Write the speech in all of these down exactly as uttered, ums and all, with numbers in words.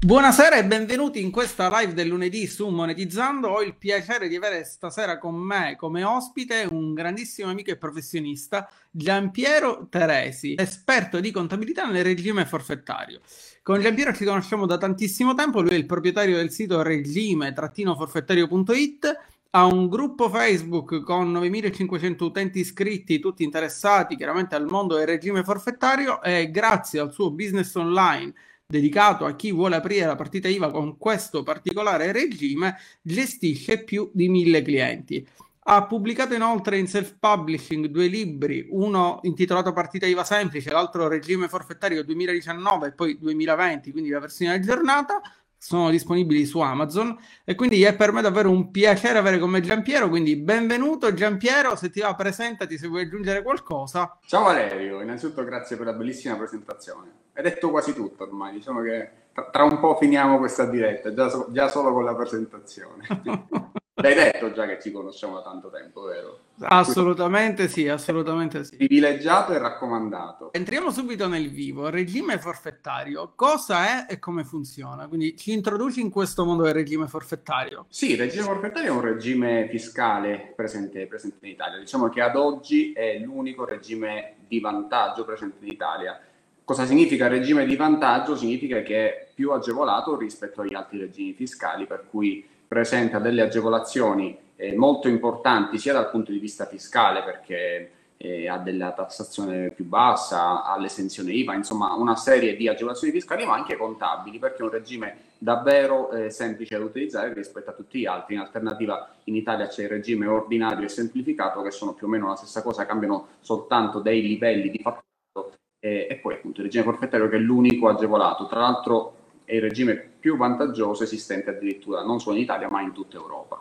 Buonasera e benvenuti in questa live del lunedì su Monetizzando. Ho il piacere di avere stasera con me come ospite un grandissimo amico e professionista, Giampiero Teresi, esperto di contabilità nel regime forfettario. Con Giampiero ci conosciamo da tantissimo tempo, lui è il proprietario del sito regime-forfettario punto it, ha un gruppo Facebook con novemilacinquecento utenti iscritti, tutti interessati chiaramente al mondo del regime forfettario, e grazie al suo business online dedicato a chi vuole aprire la partita I V A con questo particolare regime, gestisce più di mille clienti. Ha pubblicato inoltre in self-publishing due libri, uno intitolato Partita I V A Semplice, l'altro Regime Forfettario duemiladiciannove e poi duemilaventi, quindi la versione aggiornata. Sono disponibili su Amazon e quindi è per me davvero un piacere avere con me Giampiero, quindi benvenuto Giampiero, se ti va presentati se vuoi aggiungere qualcosa. Ciao Valerio, innanzitutto grazie per la bellissima presentazione. Hai detto quasi tutto ormai, diciamo che tra, tra un po' finiamo questa diretta, già, so, già solo con la presentazione. L'hai detto già che ci conosciamo da tanto tempo, vero? Assolutamente sì, assolutamente sì. Privilegiato e raccomandato. Entriamo subito nel vivo. Regime forfettario, cosa è e come funziona? Quindi ci introduci in questo mondo del regime forfettario? Sì, il regime forfettario è un regime fiscale presente, presente in Italia. Diciamo che ad oggi è l'unico regime di vantaggio presente in Italia. Cosa significa regime di vantaggio? Significa che è più agevolato rispetto agli altri regimi fiscali, per cui presenta delle agevolazioni eh, molto importanti sia dal punto di vista fiscale, perché eh, ha della tassazione più bassa, ha l'esenzione I V A, insomma una serie di agevolazioni fiscali, ma anche contabili, perché è un regime davvero eh, semplice da utilizzare rispetto a tutti gli altri. In alternativa in Italia c'è il regime ordinario e semplificato, che sono più o meno la stessa cosa, cambiano soltanto dei livelli di fatturato, eh, e poi appunto il regime forfettario, che è l'unico agevolato. Tra l'altro è il regime più vantaggioso esistente addirittura non solo in Italia ma in tutta Europa.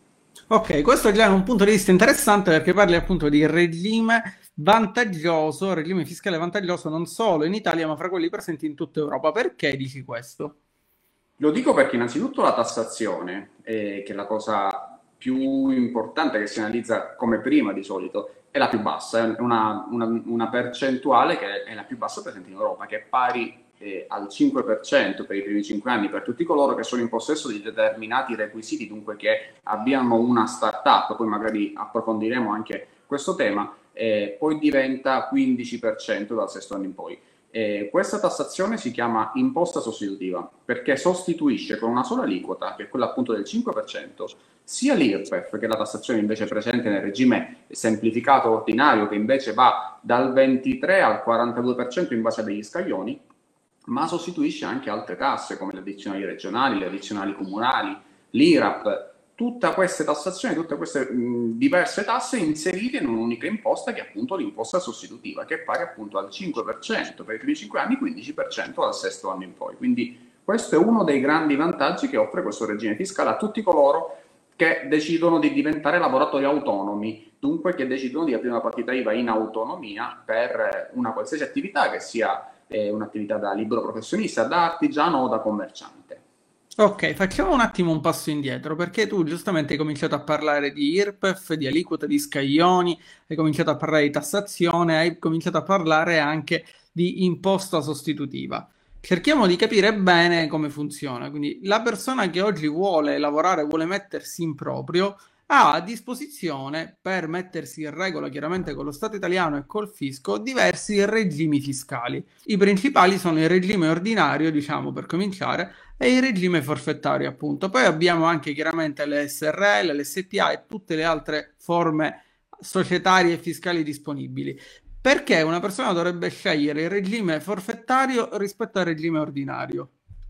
Ok, questo già è un punto di vista interessante perché parli appunto di regime vantaggioso, regime fiscale vantaggioso non solo in Italia ma fra quelli presenti in tutta Europa. Perché dici questo? Lo dico perché innanzitutto la tassazione, eh, che è la cosa più importante che si analizza come prima di solito, è la più bassa, è una, una, una percentuale che è la più bassa presente in Europa, che è pari eh, al cinque per cento per i primi cinque anni per tutti coloro che sono in possesso di determinati requisiti, dunque che abbiano una start-up. Poi magari approfondiremo anche questo tema, eh, poi diventa quindici per cento dal sesto anno in poi. Eh, questa tassazione si chiama imposta sostitutiva perché sostituisce con una sola aliquota, che è quella appunto del cinque per cento, sia l'I R P E F, che è la tassazione invece presente nel regime semplificato ordinario, che invece va dal ventitré al quarantadue per cento in base a degli scaglioni, ma sostituisce anche altre tasse come le addizionali regionali, le addizionali comunali, l'I R A P, tutte queste tassazioni, tutte queste mh, diverse tasse inserite in un'unica imposta, che è appunto l'imposta sostitutiva, che è pari appunto al cinque per cento per i primi cinque anni, quindici per cento dal sesto anno in poi. Quindi questo è uno dei grandi vantaggi che offre questo regime fiscale a tutti coloro che decidono di diventare lavoratori autonomi, dunque che decidono di aprire una partita I V A in autonomia per una qualsiasi attività, che sia eh, un'attività da libero professionista, da artigiano o da commerciante. Ok, facciamo un attimo un passo indietro perché tu giustamente hai cominciato a parlare di I R P E F, di aliquota, di scaglioni, hai cominciato a parlare di tassazione, hai cominciato a parlare anche di imposta sostitutiva. Cerchiamo di capire bene come funziona. Quindi la persona che oggi vuole lavorare, vuole mettersi in proprio, ha a disposizione, per mettersi in regola chiaramente con lo Stato italiano e col fisco, diversi regimi fiscali. I principali sono il regime ordinario, diciamo per cominciare, e il regime forfettario, appunto. Poi abbiamo anche chiaramente le S R L, le S P A e tutte le altre forme societarie e fiscali disponibili. Perché una persona dovrebbe scegliere il regime forfettario rispetto al regime ordinario?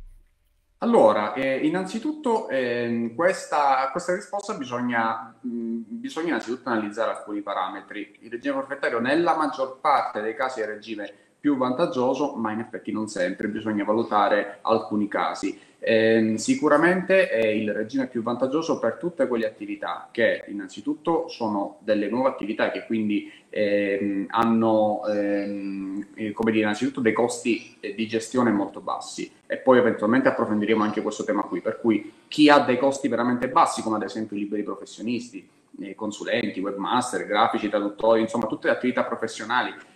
Allora, eh, innanzitutto ehm, questa, questa risposta bisogna, mh, bisogna innanzitutto analizzare alcuni parametri. Il regime forfettario nella maggior parte dei casi è il regime più vantaggioso, ma in effetti non sempre, bisogna valutare alcuni casi. Ehm, sicuramente è il regime più vantaggioso per tutte quelle attività che innanzitutto sono delle nuove attività, che quindi ehm, hanno ehm, eh, come dire, innanzitutto dei costi eh, di gestione molto bassi, e poi eventualmente approfondiremo anche questo tema qui, per cui chi ha dei costi veramente bassi, come ad esempio i liberi professionisti, eh, consulenti, webmaster, grafici, traduttori, insomma tutte le attività professionali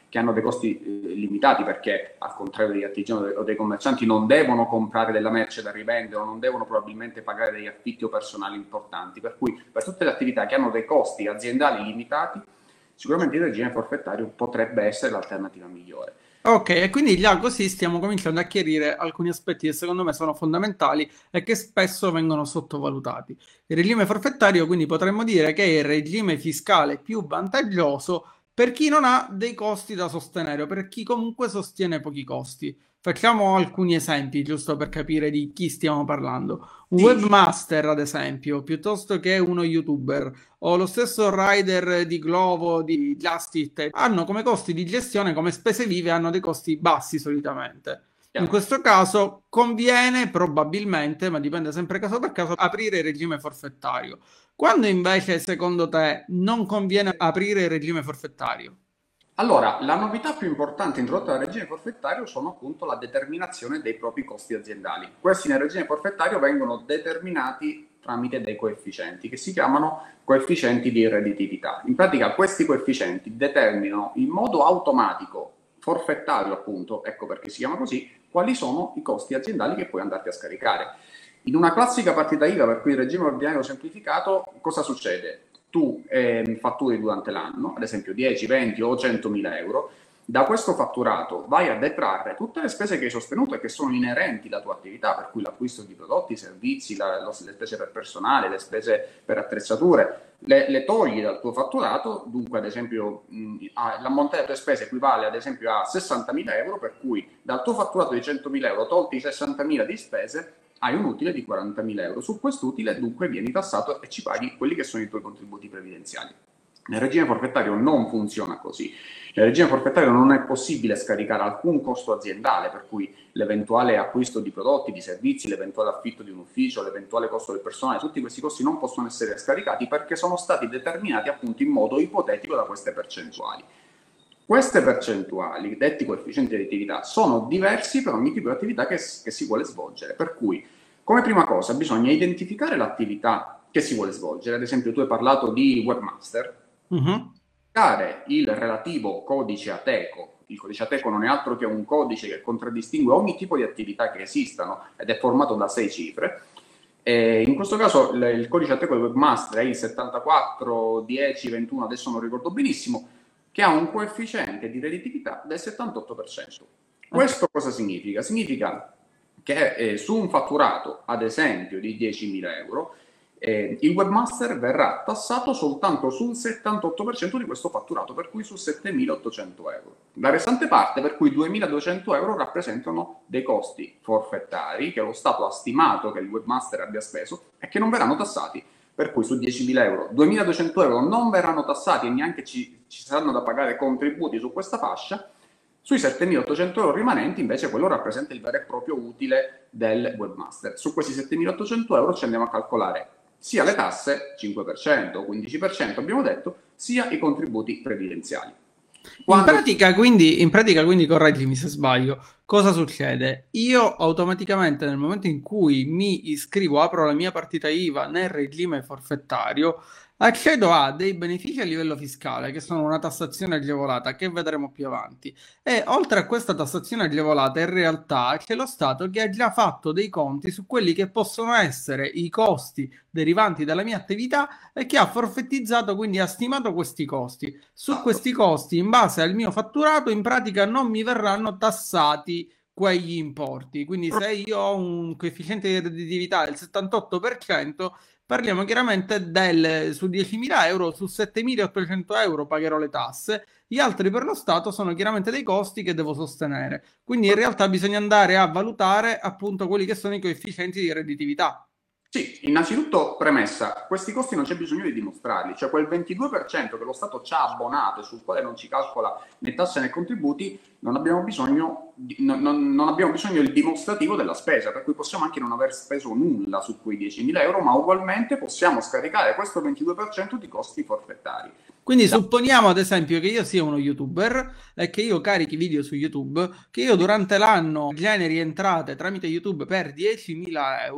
che hanno dei costi eh, limitati, perché al contrario degli artigiani o dei commercianti non devono comprare della merce da rivendere o non devono probabilmente pagare degli affitti o personali importanti, per cui per tutte le attività che hanno dei costi aziendali limitati sicuramente il regime forfettario potrebbe essere l'alternativa migliore. Ok, e quindi già così stiamo cominciando a chiarire alcuni aspetti che secondo me sono fondamentali e che spesso vengono sottovalutati. Il regime forfettario, quindi potremmo dire che è il regime fiscale più vantaggioso per chi non ha dei costi da sostenere o per chi comunque sostiene pochi costi. Facciamo alcuni esempi, giusto per capire di chi stiamo parlando. Un Sì, webmaster, ad esempio, piuttosto che uno youtuber, o lo stesso rider di Glovo, di Just Eat, hanno come costi di gestione, come spese vive, hanno dei costi bassi solitamente. In chiaro. questo caso conviene probabilmente, ma dipende sempre caso per caso, aprire il regime forfettario. Quando invece, secondo te, non conviene aprire il regime forfettario? Allora, la novità più importante introdotta dal regime forfettario sono appunto la determinazione dei propri costi aziendali. Questi nel regime forfettario vengono determinati tramite dei coefficienti che si chiamano coefficienti di redditività. In pratica questi coefficienti determinano in modo automatico, forfettario appunto, ecco perché si chiama così, quali sono i costi aziendali che puoi andarti a scaricare. In una classica partita I V A, per cui il regime ordinario semplificato, cosa succede? Tu eh, fatturi durante l'anno, ad esempio dieci, venti o centomila euro, da questo fatturato vai a detrarre tutte le spese che hai sostenuto e che sono inerenti alla tua attività, per cui l'acquisto di prodotti, servizi, la, lo, le spese per personale, le spese per attrezzature, le, le togli dal tuo fatturato. Dunque ad esempio l'ammontare delle tue spese equivale ad esempio a sessantamila euro, per cui dal tuo fatturato di centomila euro tolti i sessantamila di spese hai un utile di quarantamila euro. Su quest'utile dunque vieni tassato e ci paghi quelli che sono i tuoi contributi previdenziali. Nel regime forfettario non funziona così. Nel regime forfettario non è possibile scaricare alcun costo aziendale, per cui l'eventuale acquisto di prodotti, di servizi, l'eventuale affitto di un ufficio, l'eventuale costo del personale, tutti questi costi non possono essere scaricati perché sono stati determinati appunto in modo ipotetico da queste percentuali. Queste percentuali, detti coefficienti di attività, sono diversi per ogni tipo di attività che, che si vuole svolgere, per cui come prima cosa bisogna identificare l'attività che si vuole svolgere. Ad esempio tu hai parlato di webmaster, Mhm. dare il relativo codice ATECO. Il codice ATECO non è altro che un codice che contraddistingue ogni tipo di attività che esistano ed è formato da sei cifre. E in questo caso il, il codice ATECO del webmaster è il settantaquattro dieci ventuno, adesso non ricordo benissimo, che ha un coefficiente di redditività del settantotto per cento. Ok. Questo cosa significa? Significa che eh, su un fatturato, ad esempio, di diecimila euro, eh, il webmaster verrà tassato soltanto sul settantotto per cento di questo fatturato, per cui su settemilaottocento euro. La restante parte, per cui duemiladuecento euro, rappresentano dei costi forfettari che lo Stato ha stimato che il webmaster abbia speso e che non verranno tassati. Per cui su diecimila euro, duemiladuecento euro non verranno tassati e neanche ci, ci saranno da pagare contributi su questa fascia. Sui settemilaottocento euro rimanenti invece quello rappresenta il vero e proprio utile del webmaster. Su questi settemilaottocento euro ci andiamo a calcolare sia le tasse, cinque per cento, quindici per cento abbiamo detto, sia i contributi previdenziali. In Quando... pratica, quindi, in pratica, quindi, correggimi se sbaglio, cosa succede? Io automaticamente nel momento in cui mi iscrivo, apro la mia partita I V A nel regime forfettario, accedo a dei benefici a livello fiscale, che sono una tassazione agevolata, che vedremo più avanti. E oltre a questa tassazione agevolata, in realtà c'è lo Stato che ha già fatto dei conti su quelli che possono essere i costi derivanti dalla mia attività e che ha forfettizzato, quindi ha stimato questi costi. Su Esatto. questi costi, in base al mio fatturato, in pratica non mi verranno tassati quegli importi. Quindi se io ho un coefficiente di redditività del settantotto per cento, parliamo chiaramente del su diecimila euro, su settemilaottocento euro pagherò le tasse, gli altri per lo Stato sono chiaramente dei costi che devo sostenere. Quindi in realtà bisogna andare a valutare appunto quelli che sono i coefficienti di redditività. Sì, innanzitutto premessa, questi costi non c'è bisogno di dimostrarli, cioè quel ventidue per cento che lo Stato ci ha abbonato e sul quale non ci calcola né tasse né contributi, non abbiamo bisogno, di, non, non, non abbiamo bisogno del dimostrativo della spesa, per cui possiamo anche non aver speso nulla su quei diecimila euro, ma ugualmente possiamo scaricare questo ventidue per cento di costi forfettari. Quindi Da supponiamo ad esempio che io sia uno YouTuber e che io carichi video su YouTube, che io durante l'anno generi entrate tramite YouTube per diecimila euro,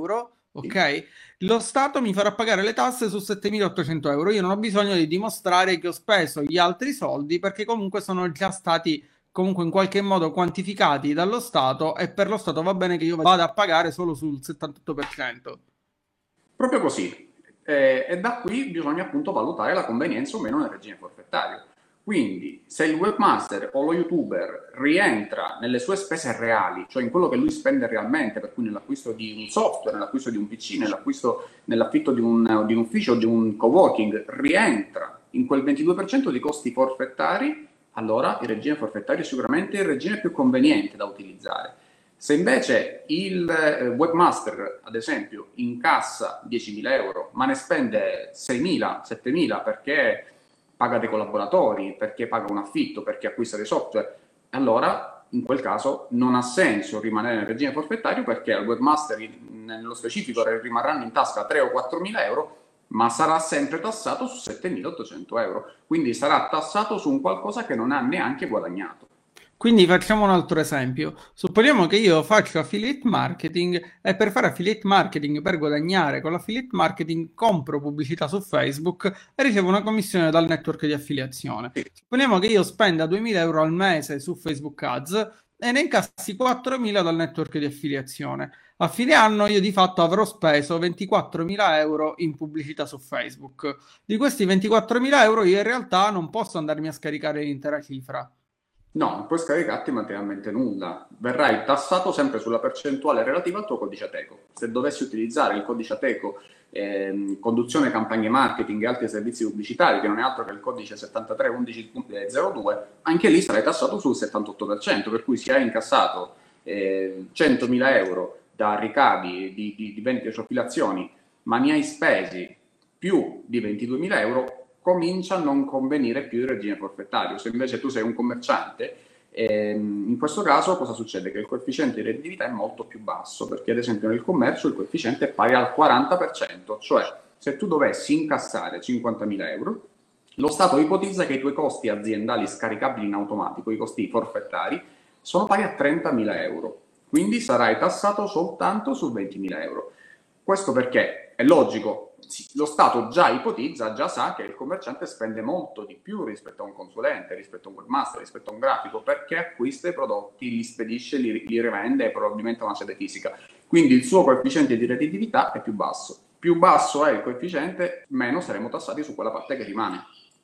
Sì. ok? Lo Stato mi farà pagare le tasse su settemilaottocento euro. Io non ho bisogno di dimostrare che ho speso gli altri soldi perché comunque sono già stati comunque in qualche modo quantificati dallo Stato e per lo Stato va bene che io vada a pagare solo sul settantotto per cento. Proprio così. Eh, e da qui bisogna appunto valutare la convenienza o meno nel regime forfettario. Quindi, se il webmaster o lo youtuber rientra nelle sue spese reali, cioè in quello che lui spende realmente, per cui nell'acquisto di un software, nell'acquisto di un P C, nell'acquisto, nell'affitto di un, di un ufficio o di un coworking, rientra in quel ventidue per cento di costi forfettari, allora il regime forfettario è sicuramente il regime più conveniente da utilizzare. Se invece il eh, webmaster, ad esempio, incassa diecimila euro, ma ne spende seimila, settemila perché paga dei collaboratori, perché paga un affitto, perché acquista dei software, allora in quel caso non ha senso rimanere nel regime forfettario perché al webmaster nello specifico rimarranno in tasca tre o quattromila euro, ma sarà sempre tassato su settemilaottocento euro. Quindi sarà tassato su un qualcosa che non ha neanche guadagnato. Quindi facciamo un altro esempio. Supponiamo che io faccio affiliate marketing e per fare affiliate marketing, per guadagnare con l'affiliate marketing, compro pubblicità su Facebook e ricevo una commissione dal network di affiliazione. Supponiamo che io spenda duemila euro al mese su Facebook Ads e ne incassi quattromila dal network di affiliazione. A fine anno io di fatto avrò speso ventiquattromila euro in pubblicità su Facebook. Di questi ventiquattromila euro io in realtà non posso andarmi a scaricare l'intera cifra. No, non puoi scaricarti materialmente nulla. Verrai tassato sempre sulla percentuale relativa al tuo codice Ateco. Se dovessi utilizzare il codice Ateco, ehm, conduzione campagne marketing e altri servizi pubblicitari, che non è altro che il codice settantatré undici zero due, anche lì sarai tassato sul settantotto per cento, per cui se hai incassato eh, centomila euro da ricavi di, di, di vendite e affiliazioni, ma ne hai spesi più di ventiduemila euro, comincia a non convenire più il regime forfettario. Se invece tu sei un commerciante, ehm, in questo caso cosa succede? Che il coefficiente di redditività è molto più basso, perché ad esempio nel commercio il coefficiente è pari al quaranta per cento, cioè se tu dovessi incassare cinquantamila euro, lo Stato ipotizza che i tuoi costi aziendali scaricabili in automatico, i costi forfettari, sono pari a trentamila euro, quindi sarai tassato soltanto su ventimila euro. Questo perché è logico, lo Stato già ipotizza, già sa che il commerciante spende molto di più rispetto a un consulente, rispetto a un webmaster, rispetto a un grafico, perché acquista i prodotti, li spedisce, li, li rivende probabilmente a una sede fisica. Quindi il suo coefficiente di redditività è più basso. Più basso è il coefficiente, meno saremo tassati su quella parte che rimane.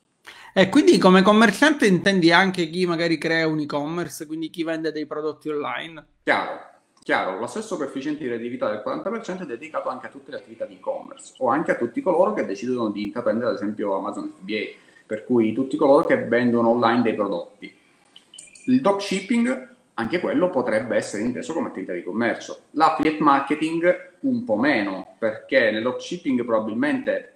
E quindi come commerciante intendi anche chi magari crea un e-commerce, quindi chi vende dei prodotti online? Chiaro, chiaro, lo stesso coefficiente di redditività del quaranta per cento è dedicato anche a tutte le attività di e-commerce o anche a tutti coloro che decidono di intraprendere ad esempio Amazon F B A, per cui tutti coloro che vendono online dei prodotti. Il dropshipping, anche quello potrebbe essere inteso come attività di commercio. L'affiliate marketing un po' meno, perché nel dropshipping probabilmente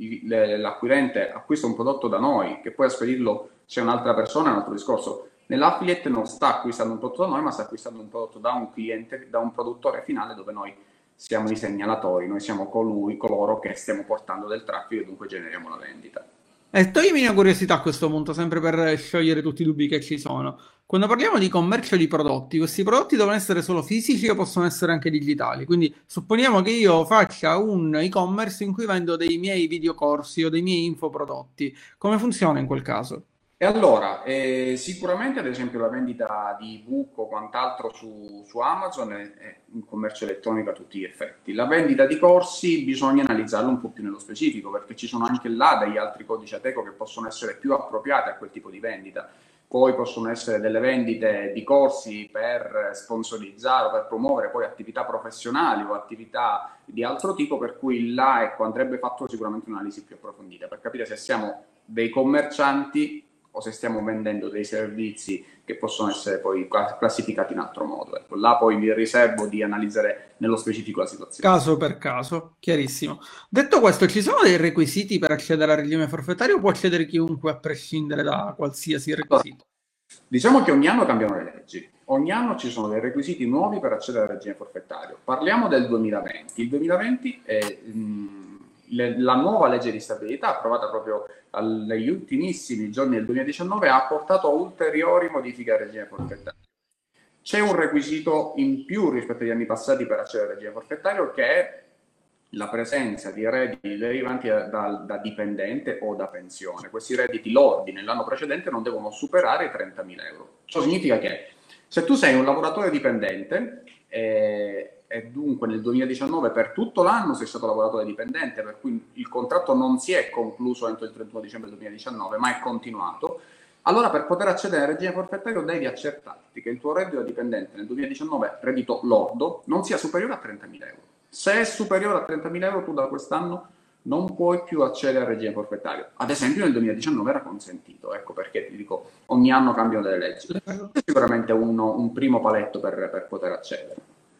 l'acquirente acquista un prodotto da noi, che poi a spedirlo c'è un'altra persona, è un altro discorso. Nell'affiliate non sta acquistando un prodotto da noi, ma sta acquistando un prodotto da un cliente, da un produttore finale, dove noi siamo i segnalatori, noi siamo colui, coloro che stiamo portando del traffico e dunque generiamo la vendita. E toglimi una curiosità a questo punto, sempre per sciogliere tutti i dubbi che ci sono. Quando parliamo di commercio di prodotti, questi prodotti devono essere solo fisici o possono essere anche digitali? Quindi supponiamo che io faccia un e-commerce in cui vendo dei miei videocorsi o dei miei infoprodotti. Come funziona in quel caso? E allora, eh, sicuramente ad esempio la vendita di ebook o quant'altro su, su Amazon è, è un commercio elettronico a tutti gli effetti. La vendita di corsi bisogna analizzarlo un po' più nello specifico, perché ci sono anche là degli altri codici Ateco che possono essere più appropriati a quel tipo di vendita. Poi possono essere delle vendite di corsi per sponsorizzare o per promuovere poi attività professionali o attività di altro tipo, per cui là ecco, andrebbe fatto sicuramente un'analisi più approfondita per capire se siamo dei commercianti o se stiamo vendendo dei servizi che possono essere poi classificati in altro modo. Ecco, là poi mi riservo di analizzare nello specifico la situazione. Caso per caso, chiarissimo. Detto questo, ci sono dei requisiti per accedere al regime forfettario o può accedere chiunque a prescindere da qualsiasi Allora, requisito? diciamo che ogni anno cambiano le leggi, ogni anno ci sono dei requisiti nuovi per accedere al regime forfettario. Parliamo del duemilaventi. Il duemilaventi è mh, le, la nuova legge di stabilità approvata proprio al, negli ultimissimi giorni del duemiladiciannove ha portato a ulteriori modifiche al regime forfettario. C'è un requisito in più rispetto agli anni passati per accedere al regime forfettario che è la presenza di redditi derivanti da, da, da dipendente o da pensione. Questi redditi lordi nell'anno precedente non devono superare i trentamila euro. Ciò significa che se tu sei un lavoratore dipendente eh, e dunque nel duemiladiciannove per tutto l'anno sei stato lavoratore dipendente, per cui il contratto non si è concluso entro il trentuno dicembre duemiladiciannove, ma è continuato, allora per poter accedere al regime forfettario devi accertarti che il tuo reddito dipendente nel duemiladiciannove, reddito lordo, non sia superiore a trentamila euro. Se è superiore a trentamila euro, tu da quest'anno non puoi più accedere al regime forfettario. Ad esempio nel duemiladiciannove era consentito, ecco perché ti dico, ogni anno cambiano delle leggi. Questo è sicuramente uno, un primo paletto per, per poter accedere.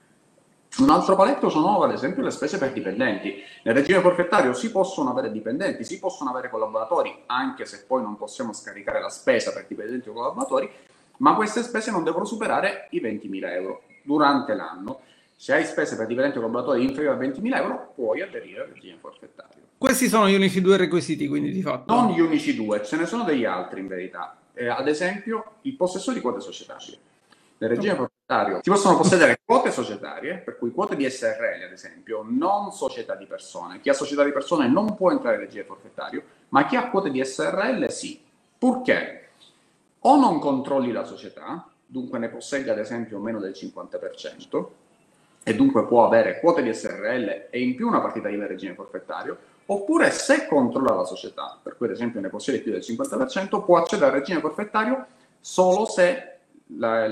Un altro paletto sono ad esempio le spese per dipendenti. Nel regime forfettario si possono avere dipendenti, si possono avere collaboratori, anche se poi non possiamo scaricare la spesa per dipendenti o collaboratori, ma queste spese non devono superare i ventimila euro durante l'anno. Se hai spese per dipendenti o collaboratori inferiori a ventimila euro, puoi aderire al regime forfettario. Questi sono gli unici due requisiti, quindi di fatto. Non gli unici due, ce ne sono degli altri in verità. Eh, ad esempio, il possesso di quote societarie. Nel regime forfettario si possono possedere quote societarie, per cui quote di S R L ad esempio, non società di persone. Chi ha società di persone non può entrare nel regime forfettario, ma chi ha quote di S R L sì. Purché o non controlli la società, dunque ne possegga ad esempio meno del cinquanta per cento, e dunque può avere quote di S R L e in più una partita IVA in regime forfettario, oppure se controlla la società, per cui ad esempio ne possiede più del cinquanta per cento, può accedere al regime forfettario solo se La,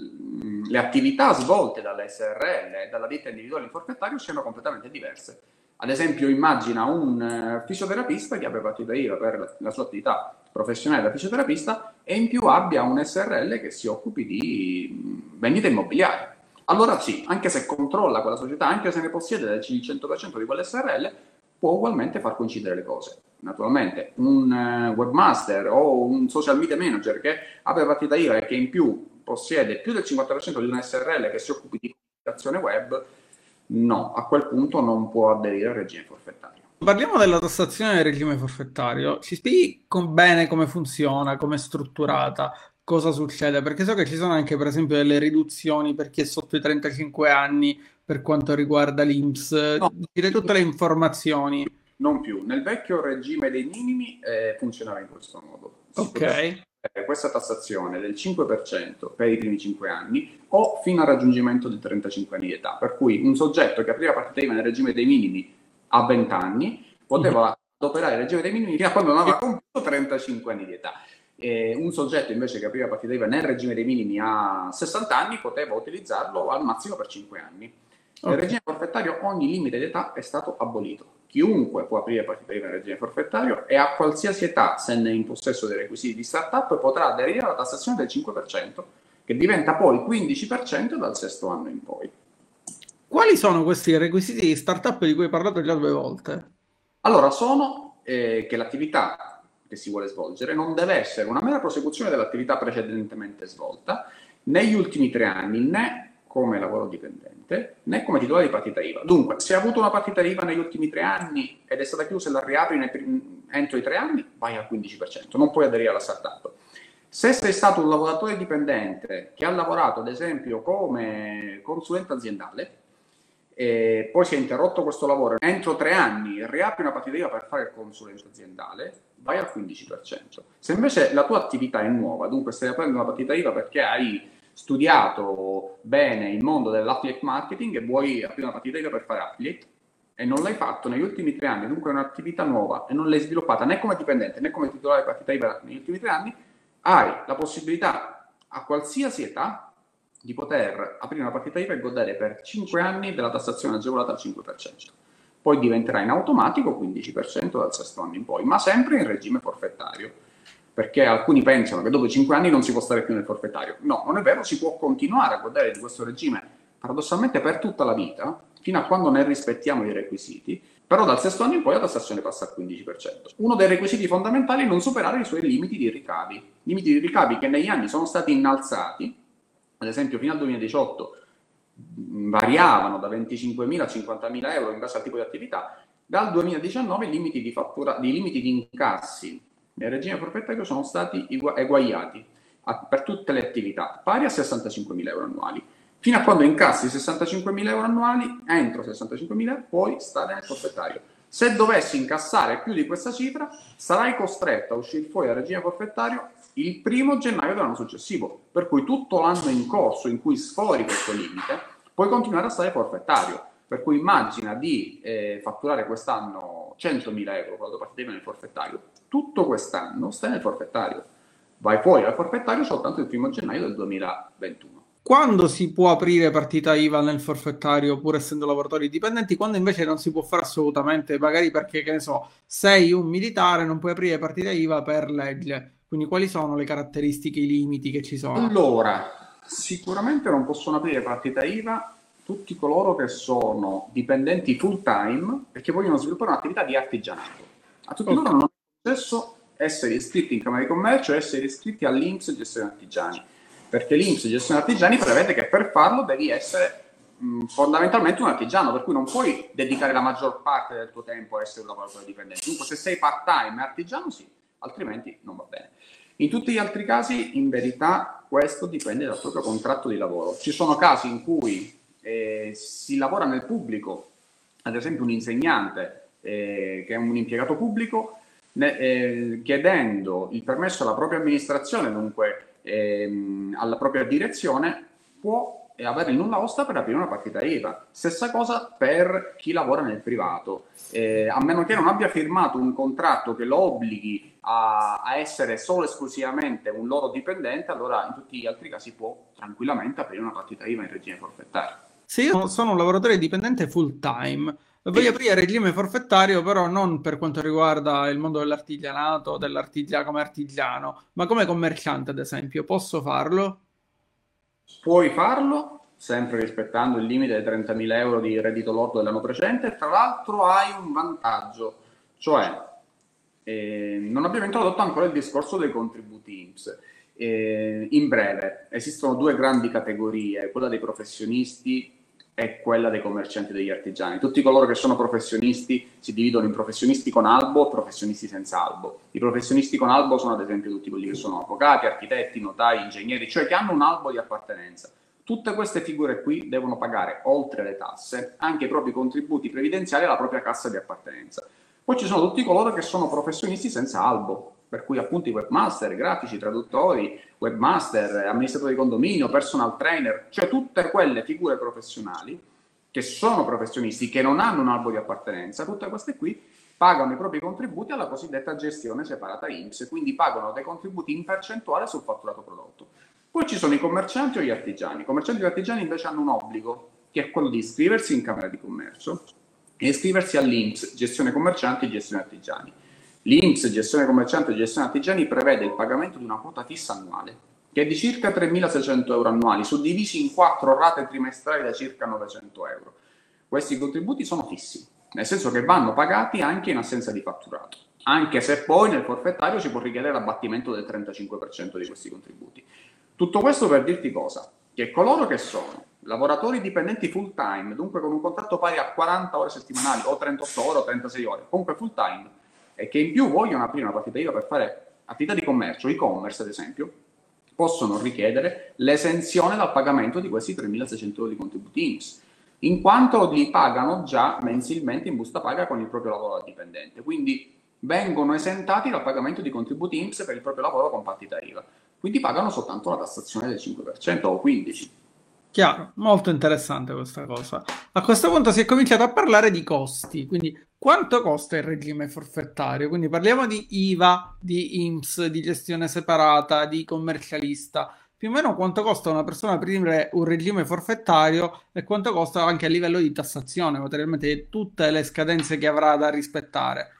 le attività svolte dall'S R L e dalla ditta individuale in forfettario siano completamente diverse. Ad esempio, immagina un uh, fisioterapista che abbia partita IVA per la sua attività professionale da fisioterapista e in più abbia un S R L che si occupi di mh, vendita immobiliare. Allora sì, anche se controlla quella società, anche se ne possiede il cento per cento di quell'S R L, può ugualmente far coincidere le cose. Naturalmente un uh, webmaster o un social media manager che abbia partita IVA e che in più possiede più del cinquanta per cento di un S R L che si occupi di comunicazione web, no, a quel punto non può aderire al regime forfettario. Parliamo della tassazione del regime forfettario. Ci spieghi com- bene come funziona, come è strutturata, cosa succede? Perché so che ci sono anche, per esempio, delle riduzioni per chi è sotto i trentacinque anni per quanto riguarda l'I N P S. No, Direi tutte le informazioni. non più. Nel vecchio regime dei minimi eh, funzionava in questo modo. Si Ok. questa tassazione del cinque per cento per i primi cinque anni o fino al raggiungimento di trentacinque anni di età, per cui un soggetto che apriva partita IVA nel regime dei minimi a venti anni poteva adoperare il regime dei minimi fino a quando non aveva compiuto trentacinque anni di età. E un soggetto invece che apriva partita IVA nel regime dei minimi a sessanta anni poteva utilizzarlo al massimo per cinque anni. Nel regime forfettario ogni limite di età è stato abolito. Chiunque può aprire partita IVA nel regime forfettario e a qualsiasi età, se ne è in possesso dei requisiti di startup, potrà aderire alla tassazione del cinque per cento, che diventa poi quindici per cento dal sesto anno in poi. Quali sono questi requisiti di startup di cui hai parlato già due volte? Allora, sono eh, che l'attività che si vuole svolgere non deve essere una mera prosecuzione dell'attività precedentemente svolta negli ultimi tre anni, né come lavoro dipendente, né come titolare di partita IVA. Dunque, se hai avuto una partita IVA negli ultimi tre anni ed è stata chiusa e la riapri nei, entro i tre anni, vai al quindici per cento, non puoi aderire alla startup. Se sei stato un lavoratore dipendente che ha lavorato, ad esempio, come consulente aziendale, e poi si è interrotto questo lavoro, entro tre anni riapri una partita IVA per fare il consulente aziendale, vai al quindici per cento. Se invece la tua attività è nuova, dunque stai aprendo una partita IVA perché hai studiato bene il mondo dell'affiliate marketing e vuoi aprire una partita IVA per fare affiliate e non l'hai fatto negli ultimi tre anni, dunque è un'attività nuova e non l'hai sviluppata né come dipendente né come titolare di partita IVA negli ultimi tre anni, hai la possibilità a qualsiasi età di poter aprire una partita IVA e godere per cinque anni della tassazione agevolata al cinque per cento. Poi diventerà in automatico quindici per cento dal sesto anno in poi, ma sempre in regime forfettario. Perché alcuni pensano che dopo cinque anni non si può stare più nel forfettario. No, non è vero, si può continuare a godere di questo regime paradossalmente per tutta la vita, fino a quando ne rispettiamo i requisiti, però dal sesto anno in poi la tassazione passa al quindici per cento. Uno dei requisiti fondamentali è non superare i suoi limiti di ricavi. Limiti di ricavi che negli anni sono stati innalzati, ad esempio fino al duemiladiciotto variavano da venticinquemila a cinquantamila euro in base al tipo di attività, dal duemiladiciannove i limiti di, fattura, di limiti di incassi nel regime forfettario sono stati eguagliati a, per tutte le attività, pari a sessantacinquemila euro annuali. Fino a quando incassi sessantacinquemila euro annuali, entro sessantacinquemila puoi stare nel forfettario. Se dovessi incassare più di questa cifra, sarai costretto a uscire fuori dal regime forfettario il primo gennaio dell'anno successivo, per cui tutto l'anno in corso in cui sfori questo limite, puoi continuare a stare forfettario. Per cui immagina di eh, fatturare quest'anno centomila euro con la tua partita IVA nel forfettario, tutto quest'anno stai nel forfettario, vai fuori dal forfettario soltanto il primo gennaio del duemilaventuno. Quando si può aprire partita IVA nel forfettario, pur essendo lavoratori dipendenti, quando invece non si può fare assolutamente, magari perché, che ne so, sei un militare, non puoi aprire partita IVA per legge. Quindi quali sono le caratteristiche, i limiti che ci sono? Allora, sicuramente non possono aprire partita IVA tutti coloro che sono dipendenti full time e che vogliono sviluppare un'attività di artigianato. A tutti Ok. loro non è concesso essere iscritti in Camera di Commercio e essere iscritti all'I N P S Gestione Artigiani, perché l'I N P S Gestione Artigiani prevede che per farlo devi essere mh, fondamentalmente un artigiano, per cui non puoi dedicare la maggior parte del tuo tempo a essere un lavoratore dipendente. Dunque, se sei part time e artigiano, sì, altrimenti non va bene. In tutti gli altri casi, in verità, questo dipende dal proprio contratto di lavoro. Ci sono casi in cui eh, si lavora nel pubblico, ad esempio un insegnante eh, che è un impiegato pubblico, ne, eh, chiedendo il permesso alla propria amministrazione, dunque ehm, alla propria direzione, può avere il nulla osta per aprire una partita IVA. Stessa cosa per chi lavora nel privato, eh, a meno che non abbia firmato un contratto che lo obblighi a, a essere solo esclusivamente un loro dipendente, allora in tutti gli altri casi può tranquillamente aprire una partita IVA in regime forfettario. Se io sono un lavoratore dipendente full time, e voglio aprire regime forfettario, però non per quanto riguarda il mondo dell'artigianato, dell'artigia come artigiano, ma come commerciante, ad esempio, posso farlo? Puoi farlo sempre rispettando il limite dei trentamila euro di reddito lordo dell'anno precedente, e tra l'altro hai un vantaggio, cioè eh, non abbiamo introdotto ancora il discorso dei contributi I N P S. Eh, in breve, esistono due grandi categorie, quella dei professionisti e quella dei commercianti e degli artigiani. Tutti coloro che sono professionisti si dividono in professionisti con albo e professionisti senza albo. I professionisti con albo sono ad esempio tutti quelli che sono avvocati, architetti, notai, ingegneri, cioè che hanno un albo di appartenenza. Tutte queste figure qui devono pagare, oltre le tasse, anche i propri contributi previdenziali alla propria cassa di appartenenza. Poi ci sono tutti coloro che sono professionisti senza albo, per cui appunto i webmaster, grafici, traduttori, webmaster, amministratori di condominio, personal trainer, cioè tutte quelle figure professionali che sono professionisti, che non hanno un albo di appartenenza, tutte queste qui pagano i propri contributi alla cosiddetta gestione separata I N P S, quindi pagano dei contributi in percentuale sul fatturato prodotto. Poi ci sono i commercianti o gli artigiani. I commercianti e gli artigiani invece hanno un obbligo, che è quello di iscriversi in Camera di Commercio e iscriversi all'I N P S, gestione commercianti e gestione artigiani. L'I N P S, gestione commerciante e gestione artigiani, prevede il pagamento di una quota fissa annuale, che è di circa tremilaseicento euro annuali, suddivisi in quattro rate trimestrali da circa novecento euro. Questi contributi sono fissi, nel senso che vanno pagati anche in assenza di fatturato, anche se poi nel forfettario si può richiedere l'abbattimento del trentacinque per cento di questi contributi. Tutto questo per dirti cosa? Che coloro che sono lavoratori dipendenti full time, dunque con un contratto pari a quaranta ore settimanali o trentotto ore o trentasei ore, comunque full time, e che in più vogliono aprire una partita IVA per fare attività di commercio, e-commerce ad esempio, possono richiedere l'esenzione dal pagamento di questi tremilaseicento euro di contributi I N P S, in quanto li pagano già mensilmente in busta paga con il proprio lavoro da dipendente. Quindi vengono esentati dal pagamento di contributi I N P S per il proprio lavoro con partita IVA. Quindi pagano soltanto la tassazione del cinque per cento o quindici per cento. Chiaro, molto interessante questa cosa. A questo punto si è cominciato a parlare di costi, quindi quanto costa il regime forfettario? Quindi parliamo di IVA, di I N P S, di gestione separata, di commercialista. Più o meno quanto costa una persona aprire un regime forfettario e quanto costa anche a livello di tassazione, materialmente tutte le scadenze che avrà da rispettare.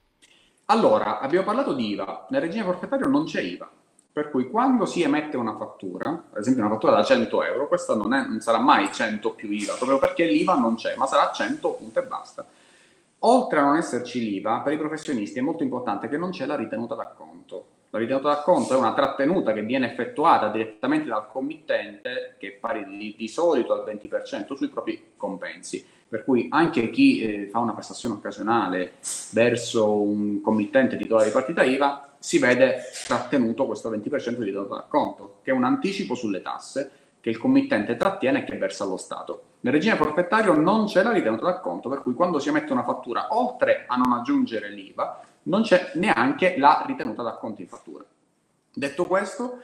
Allora, abbiamo parlato di IVA. Nel regime forfettario non c'è IVA. Per cui quando si emette una fattura, ad esempio una fattura da cento euro, questa non, è, non sarà mai cento più IVA, proprio perché l'IVA non c'è, ma sarà cento punto e basta. Oltre a non esserci l'IVA, per i professionisti è molto importante che non c'è la ritenuta d'acconto. La ritenuta d'acconto è una trattenuta che viene effettuata direttamente dal committente, che è pari di, di solito al venti per cento sui propri compensi. Per cui anche chi eh, fa una prestazione occasionale verso un committente titolare di partita IVA si vede trattenuto questo venti per cento di ritenuta d'acconto, che è un anticipo sulle tasse che il committente trattiene e che versa allo Stato. Nel regime forfettario non c'è la ritenuta d'acconto, per cui quando si emette una fattura, oltre a non aggiungere l'I V A, non c'è neanche la ritenuta d'acconto in fattura. Detto questo,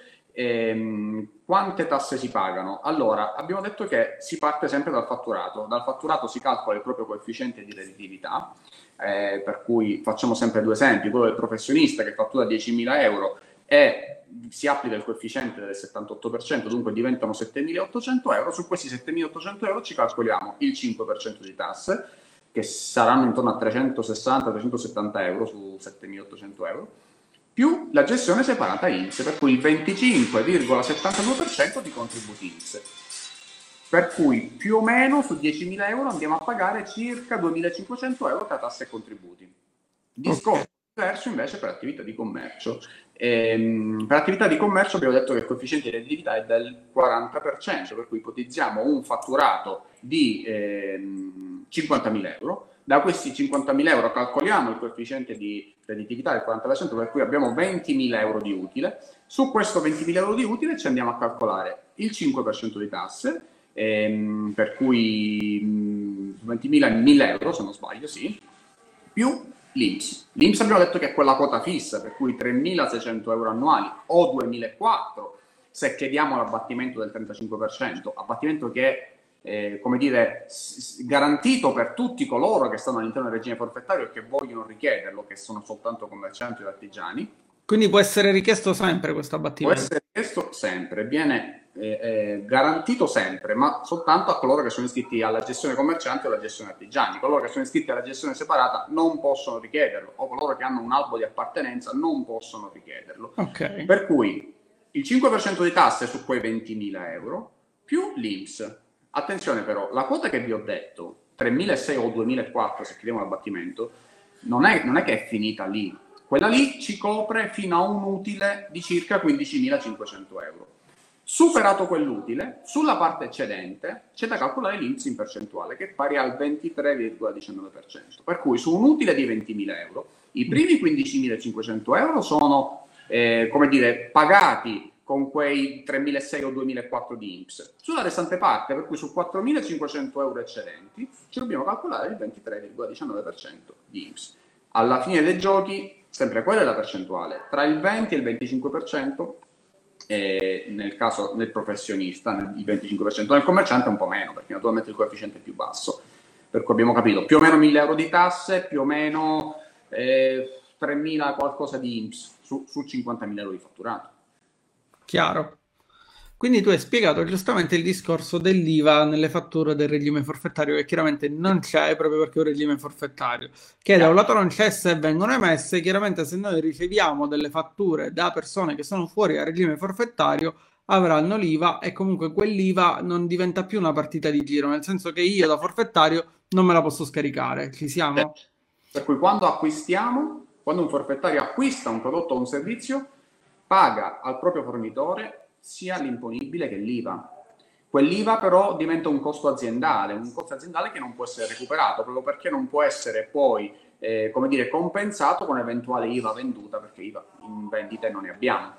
ehm, quante tasse si pagano? Allora, abbiamo detto che si parte sempre dal fatturato. Dal fatturato si calcola il proprio coefficiente di redditività, eh, per cui facciamo sempre due esempi. Quello del professionista che fattura diecimila euro e si applica il coefficiente del settantotto per cento, dunque diventano settemilaottocento euro. Su questi settemilaottocento euro ci calcoliamo il cinque per cento di tasse, che saranno intorno a trecentosessanta trecentosettanta euro su settemilaottocento euro, più la gestione separata I N P S, per cui il venticinque virgola settantadue per cento di contributi I N P S. Per cui più o meno su diecimila euro andiamo a pagare circa duemilacinquecento euro tra tasse e contributi. Discorso diverso invece per attività di commercio. Ehm, per attività di commercio abbiamo detto che il coefficiente di redditività è del quaranta per cento, per cui ipotizziamo un fatturato di ehm, cinquantamila euro. Da questi cinquantamila euro calcoliamo il coefficiente di redditività del quaranta per cento, per cui abbiamo ventimila euro di utile. Su questo ventimila euro di utile ci andiamo a calcolare il cinque per cento di tasse, ehm, per cui mh, ventimila e mille euro se non sbaglio, sì, più l'I N P S. L'I N P S abbiamo detto che è quella quota fissa, per cui tremilaseicento euro annuali o duemilaquattrocento se chiediamo l'abbattimento del trentacinque per cento, abbattimento che è eh, come dire, s- garantito per tutti coloro che stanno all'interno del regime forfettario e che vogliono richiederlo, che sono soltanto commercianti ed artigiani. Quindi può essere richiesto sempre questo Può abbattimento. essere chiesto sempre, viene eh, eh, garantito sempre, ma soltanto a coloro che sono iscritti alla gestione commerciante o alla gestione artigiani. Coloro che sono iscritti alla gestione separata non possono richiederlo, o coloro che hanno un albo di appartenenza non possono richiederlo. Ok. Per cui il cinque per cento di tasse su quei ventimila euro più l'I N P S. Attenzione però, la quota che vi ho detto, tremilaseicento o duemilaquattrocento se chiediamo l'abbattimento, non è, non è che è finita lì. Quella lì ci copre fino a un utile di circa quindicimilacinquecento euro. Superato quell'utile, sulla parte eccedente c'è da calcolare l'I N P S in percentuale, che è pari al ventitré virgola diciannove per cento. Per cui su un utile di ventimila euro, i primi quindicimilacinquecento euro sono, eh, come dire, pagati con quei tremilaseicento o duemilaquattrocento di I N P S. Sulla restante parte, per cui su quattromilacinquecento euro eccedenti, ci dobbiamo calcolare il ventitré virgola diciannove per cento di I N P S. Alla fine dei giochi, sempre quella è la percentuale, tra il venti e il venticinque per cento eh, nel caso del professionista, nel, il venticinque per cento nel commerciante un po' meno, perché naturalmente il coefficiente è più basso. Per cui abbiamo capito, più o meno mille euro di tasse, più o meno eh, tremila qualcosa di I N P S su, su cinquantamila euro di fatturato. Chiaro. Quindi tu hai spiegato giustamente il discorso dell'I V A nelle fatture del regime forfettario, che chiaramente non c'è proprio perché è un regime forfettario, che da un lato non c'è se vengono emesse, chiaramente se noi riceviamo delle fatture da persone che sono fuori dal regime forfettario, avranno l'I V A e comunque quell'I V A non diventa più una partita di giro, nel senso che io da forfettario non me la posso scaricare. Ci siamo? Per cui quando acquistiamo, quando un forfettario acquista un prodotto o un servizio, paga al proprio fornitore sia l'imponibile che l'I V A. Quell'I V A però diventa un costo aziendale, un costo aziendale che non può essere recuperato, proprio perché non può essere poi, eh, come dire, compensato con eventuale I V A venduta, perché I V A in vendite non ne abbiamo.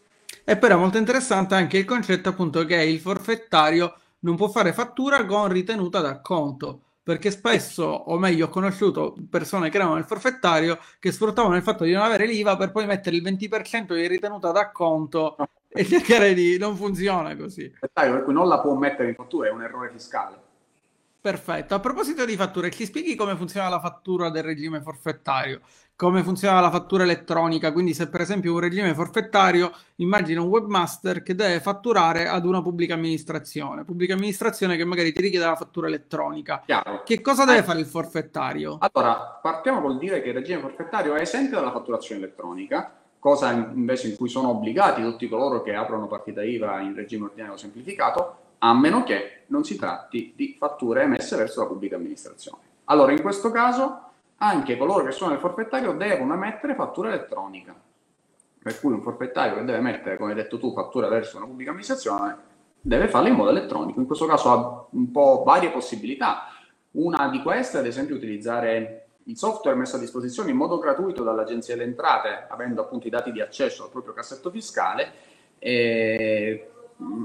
E però è molto interessante anche il concetto appunto che il forfettario non può fare fattura con ritenuta d'acconto, perché spesso, o meglio, ho conosciuto persone che erano nel forfettario che sfruttavano il fatto di non avere l'I V A per poi mettere il venti per cento di ritenuta d'acconto No, e cercare di... non funziona così. per cui non la può mettere in fattura, è un errore fiscale. Perfetto. A proposito di fatture, ci spieghi come funziona la fattura del regime forfettario? Come funziona la fattura elettronica? Quindi, se per esempio un regime forfettario, immagina un webmaster che deve fatturare ad una pubblica amministrazione, pubblica amministrazione che magari ti richiede la fattura elettronica. Chiaro? Che cosa Eh, deve fare il forfettario? Allora, partiamo col dire che il regime forfettario è esente dalla fatturazione elettronica, cosa invece in cui sono obbligati tutti coloro che aprono partita I V A in regime ordinario semplificato, a meno che non si tratti di fatture emesse verso la pubblica amministrazione. Allora, in questo caso, anche coloro che sono nel forfettario devono emettere fattura elettronica. Per cui un forfettario che deve emettere, come hai detto tu, fattura verso una pubblica amministrazione, deve farlo in modo elettronico. In questo caso ha un po' varie possibilità. Una di queste è ad esempio utilizzare il software messo a disposizione in modo gratuito dall'Agenzia delle Entrate, avendo appunto i dati di accesso al proprio cassetto fiscale, e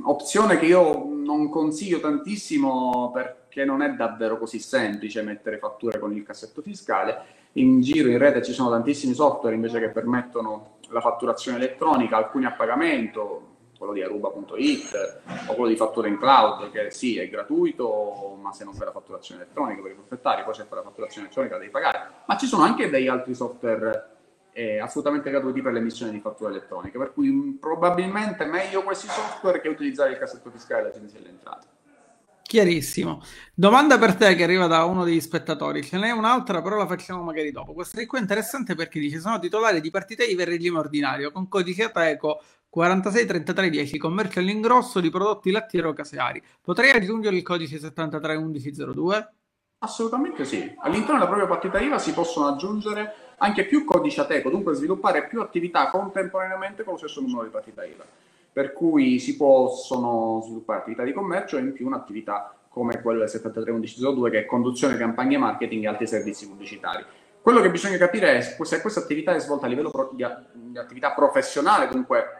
opzione che io non consiglio tantissimo perché non è davvero così semplice mettere fatture con il cassetto fiscale. In giro in rete ci sono tantissimi software invece che permettono la fatturazione elettronica, alcuni a pagamento, quello di aruba punto it o quello di fattura in cloud, che sì, è gratuito, ma se non fai la fatturazione elettronica per i proprietari, poi se fai la fatturazione elettronica devi pagare. Ma ci sono anche degli altri software eh, assolutamente gratuiti per l'emissione di fatture elettroniche, per cui mh, probabilmente meglio questi software che utilizzare il cassetto fiscale dell'Agenzia delle Entrate. Chiarissimo. Domanda per te che arriva da uno degli spettatori. Ce n'è un'altra, però la facciamo magari dopo. Questa di qua è interessante perché dice: sono titolare di partita I V A in regime ordinario con codice ATECO quarantasei trentatré dieci, commercio all'ingrosso di prodotti lattiero-caseari. Potrei aggiungere il codice settantatré undici zero due? Assolutamente sì. All'interno della propria partita I V A si possono aggiungere anche più codici ATECO, dunque sviluppare più attività contemporaneamente con lo stesso numero di partita I V A. Per cui si possono sviluppare attività di commercio e in più un'attività come quella del settantatré undici zero due, che è conduzione campagne marketing e altri servizi pubblicitari. Quello che bisogna capire è se questa attività è svolta a livello pro- di, a- di attività professionale, dunque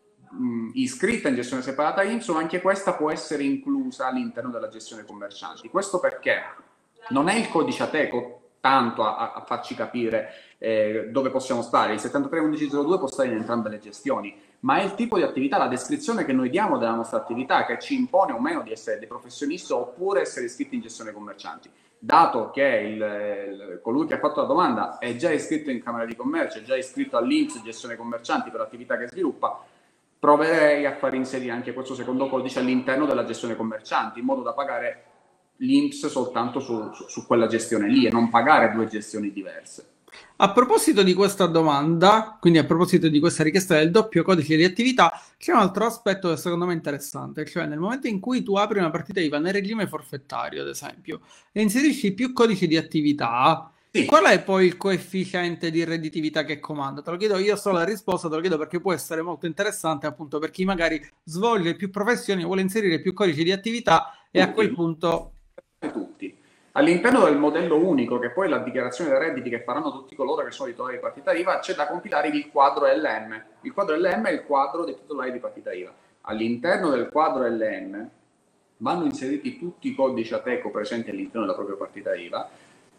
mh, iscritta in gestione separata I N P S, o anche questa può essere inclusa all'interno della gestione commercianti. Questo perché non è il codice ATECO tanto a, a farci capire eh, dove possiamo stare. Il settantatré undici zero due può stare in entrambe le gestioni, ma è il tipo di attività, la descrizione che noi diamo della nostra attività che ci impone o meno di essere dei professionisti oppure essere iscritti in gestione commercianti. Dato che il, il, colui che ha fatto la domanda è già iscritto in Camera di Commercio, è già iscritto all'I N P S gestione commercianti per l'attività che sviluppa, proverei a far inserire anche questo secondo codice all'interno della gestione commercianti, in modo da pagare l'I N P S soltanto su, su, su quella gestione lì e non pagare due gestioni diverse. A proposito di questa domanda, quindi a proposito di questa richiesta del doppio codice di attività, c'è un altro aspetto che secondo me è interessante, cioè nel momento in cui tu apri una partita I V A nel regime forfettario, ad esempio, e inserisci più codici di attività, Sì. qual è poi il coefficiente di redditività che comanda? Te lo chiedo io solo la risposta, te lo chiedo perché può essere molto interessante appunto per chi magari svolge più professioni e vuole inserire più codici di attività e a quel punto... Tutti. All'interno del modello unico, che poi è la dichiarazione dei redditi che faranno tutti coloro che sono titolari di partita I V A, c'è da compilare il quadro L M. Il quadro L M è il quadro dei titolari di partita I V A. All'interno del quadro L M vanno inseriti tutti i codici ATECO presenti all'interno della propria partita I V A.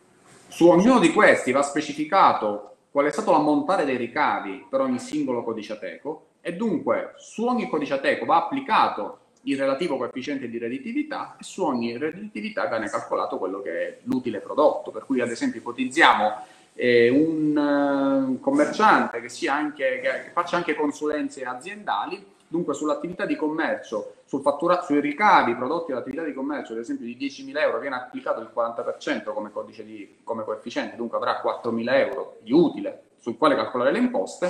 Su ognuno di questi va specificato qual è stato l'ammontare dei ricavi per ogni singolo codice ATECO e dunque su ogni codice ATECO va applicato il relativo coefficiente di redditività e su ogni redditività viene calcolato quello che è l'utile prodotto. Per cui ad esempio ipotizziamo eh, un uh, commerciante che, sia anche, che faccia anche consulenze aziendali, dunque sull'attività di commercio, sul fattura, sui ricavi prodotti dall'attività di commercio, ad esempio di diecimila euro, viene applicato il quaranta per cento come, codice di, come coefficiente, dunque avrà quattromila euro di utile sul quale calcolare le imposte,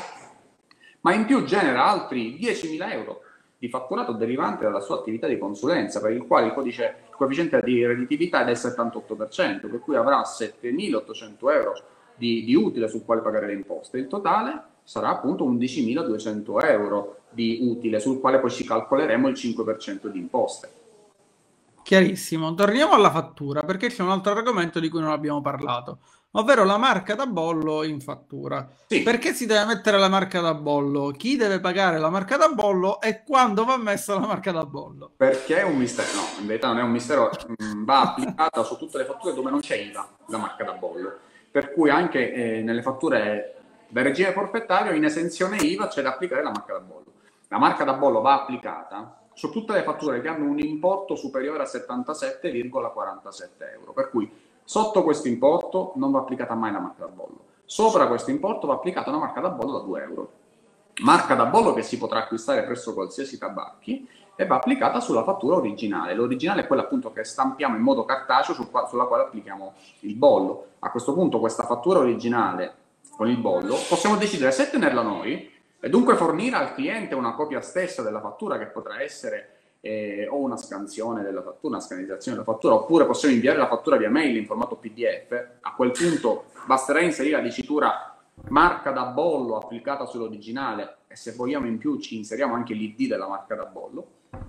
ma in più genera altri diecimila euro di fatturato derivante dalla sua attività di consulenza, per il quale il, codice, il coefficiente di redditività è del settantotto per cento, per cui avrà settemilaottocento euro di, di utile sul quale pagare le imposte. Il totale sarà appunto undicimiladuecento euro di utile, sul quale poi ci calcoleremo il cinque per cento di imposte. Chiarissimo. Torniamo alla fattura, perché c'è un altro argomento di cui non abbiamo parlato, ovvero la marca da bollo in fattura. Sì. Perché si deve mettere la marca da bollo? Chi deve pagare la marca da bollo e quando va messa la marca da bollo? Perché è un mistero? No, in verità non è un mistero, va applicata su tutte le fatture dove non c'è I V A, la marca da bollo. Per cui anche eh, nelle fatture del regime forfettario in esenzione I V A c'è da applicare la marca da bollo. La marca da bollo va applicata su tutte le fatture che hanno un importo superiore a settantasette virgola quarantasette euro, per cui sotto questo importo non va applicata mai la marca da bollo, sopra questo importo va applicata una marca da bollo da due euro, marca da bollo che si potrà acquistare presso qualsiasi tabacchi e va applicata sulla fattura originale. L'originale è quella appunto che stampiamo in modo cartaceo sul qua, sulla quale applichiamo il bollo. A questo punto questa fattura originale con il bollo possiamo decidere se tenerla noi e dunque fornire al cliente una copia stessa della fattura, che potrà essere eh, o una scansione della fattura, una scanizzazione della fattura, oppure possiamo inviare la fattura via mail in formato P D F. A quel punto basterà inserire la dicitura marca da bollo applicata sull'originale e se vogliamo in più ci inseriamo anche l'I D della marca da bollo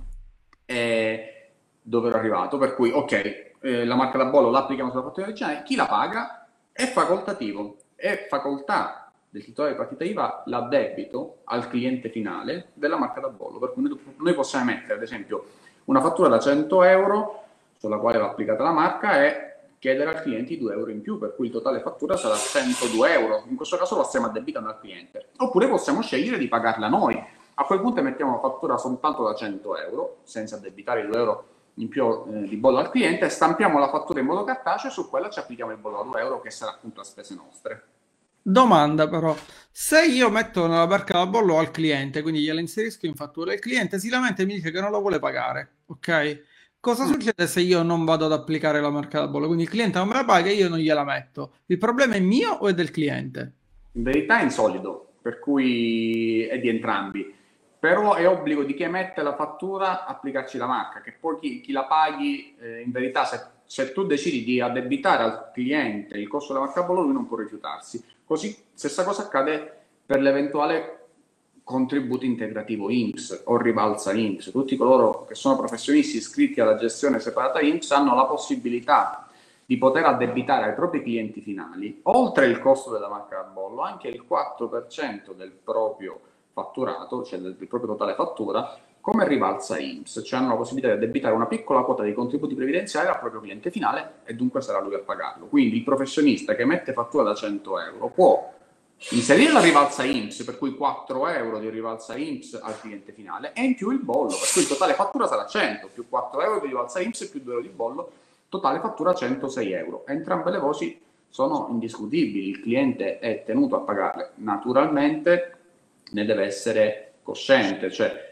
e dove ero arrivato, per cui ok, eh, la marca da bollo la applichiamo sulla fattura originale, chi la paga è facoltativo, è facoltà del titolare di partita I V A l'addebito al cliente finale della marca da bollo, per cui noi possiamo mettere ad esempio una fattura da cento euro sulla quale va applicata la marca e chiedere al cliente i due euro in più, per cui il totale fattura sarà centodue euro. In questo caso lo stiamo addebitando al cliente. Oppure possiamo scegliere di pagarla noi. A quel punto mettiamo la fattura soltanto da cento euro, senza addebitare i due euro in più eh, di bollo al cliente, stampiamo la fattura in modo cartaceo e su quella ci applichiamo il bollo a due euro, che sarà appunto a spese nostre. Domanda però, se io metto nella barca da bollo al cliente, quindi gliela inserisco in fattura, il cliente si lamenta e mi dice che non lo vuole pagare, ok? Cosa Mm. succede se io non vado ad applicare la marca da bollo? Quindi il cliente non me la paga e io non gliela metto. Il problema è mio o è del cliente? In verità è insolido, per cui è di entrambi. Però è obbligo di chi emette la fattura applicarci la marca, che poi chi, chi la paghi, eh, in verità se, se tu decidi di addebitare al cliente il costo della marca bollo, lui non può rifiutarsi. Così, stessa cosa accade per l'eventuale contributo integrativo I N P S o rivalsa I N P S. Tutti coloro che sono professionisti iscritti alla gestione separata I N P S hanno la possibilità di poter addebitare ai propri clienti finali, oltre il costo della marca da bollo, anche il quattro per cento del proprio fatturato, cioè del, del proprio totale fattura, come rivalsa I N P S, cioè hanno la possibilità di addebitare una piccola quota di contributi previdenziali al proprio cliente finale e dunque sarà lui a pagarlo. Quindi il professionista che mette fattura da cento euro può inserire la rivalsa I N P S, per cui quattro euro di rivalsa I N P S al cliente finale, e in più il bollo, per cui il totale fattura sarà cento, più quattro euro di rivalsa I N P S più due euro di bollo, totale fattura centosei euro. Entrambe le voci sono indiscutibili, il cliente è tenuto a pagarle. Naturalmente ne deve essere cosciente, cioè